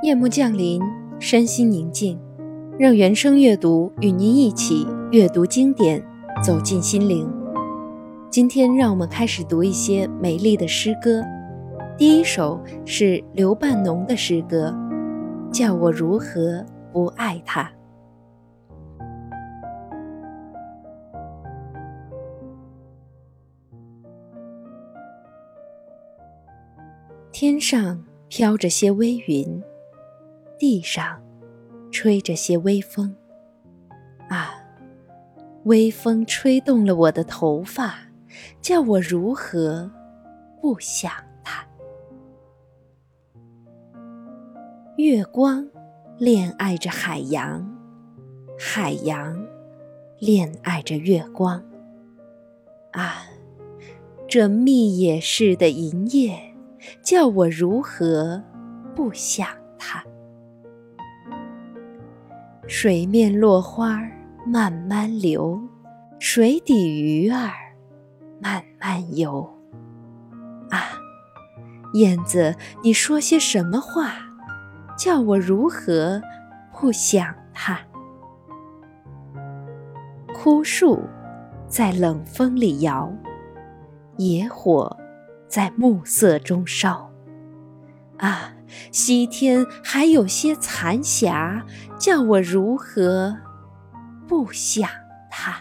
夜幕降临，身心宁静，让原声阅读与您一起阅读经典，走进心灵。今天让我们开始读一些美丽的诗歌。第一首是刘半农的诗歌，叫我如何不爱他。天上飘着些微云，地上吹着些微风啊，微风吹动了我的头发，叫我如何不想它。月光恋爱着海洋，海洋恋爱着月光啊，这密野式的银夜，叫我如何不想它。水面落花慢慢流，水底鱼儿慢慢游啊，燕子你说些什么话，叫我如何不想它。枯树在冷风里摇，野火在暮色中烧啊，西天还有些残霞，叫我如何不想它。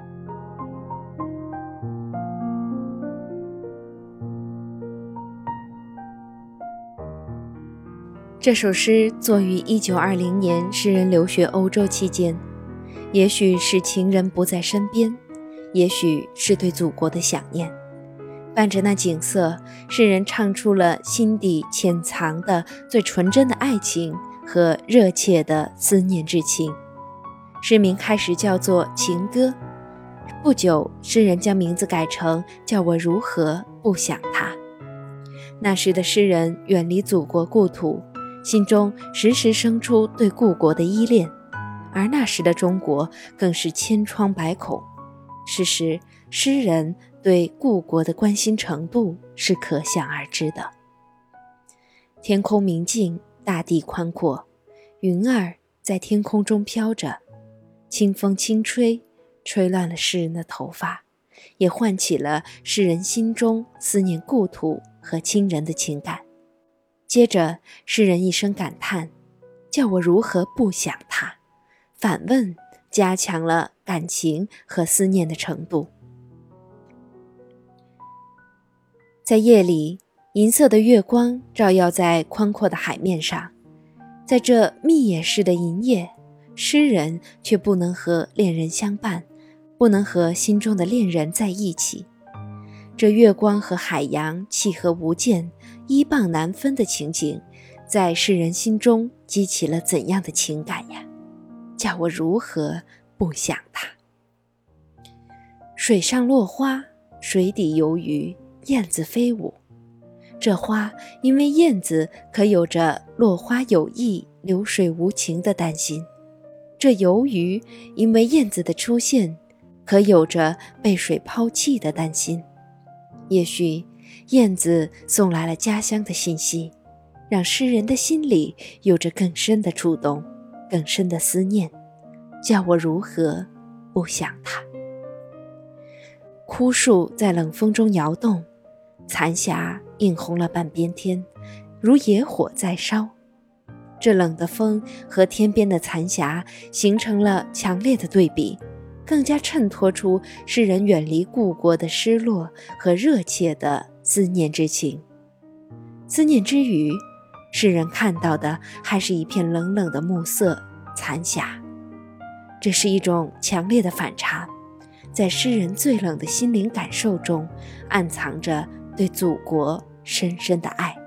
这首诗作于1920年，诗人留学欧洲期间，也许是情人不在身边，也许是对祖国的想念。伴着那景色，诗人唱出了心底潜藏的最纯真的爱情和热切的思念之情。诗名开始叫做情歌，不久诗人将名字改成叫我如何不想他。那时的诗人远离祖国故土，心中时时生出对故国的依恋，而那时的中国更是千疮百孔。是时诗人对故国的关心程度是可想而知的。天空明净，大地宽阔，云儿在天空中飘着，清风轻吹，吹乱了诗人的头发，也唤起了诗人心中思念故土和亲人的情感。接着诗人一声感叹，叫我如何不想他，反问加强了感情和思念的程度。在夜里，银色的月光照耀在宽阔的海面上，在这密野式的银夜，诗人却不能和恋人相伴，不能和心中的恋人在一起。这月光和海洋契合无间，依傍难分的情景，在诗人心中激起了怎样的情感呀？叫我如何不想它。水上落花，水底游鱼，燕子飞舞。这花因为燕子可有着落花有意，流水无情的担心，这游鱼因为燕子的出现可有着被水抛弃的担心。也许燕子送来了家乡的信息，让诗人的心里有着更深的触动，更深的思念，叫我如何不想它。枯树在冷风中摇动，残霞映红了半边天，如野火在烧。这冷的风和天边的残霞形成了强烈的对比，更加衬托出诗人远离故国的失落和热切的思念之情。思念之余，诗人看到的还是一片冷冷的暮色残霞。这是一种强烈的反差，在诗人最冷的心灵感受中，暗藏着对祖国深深的爱。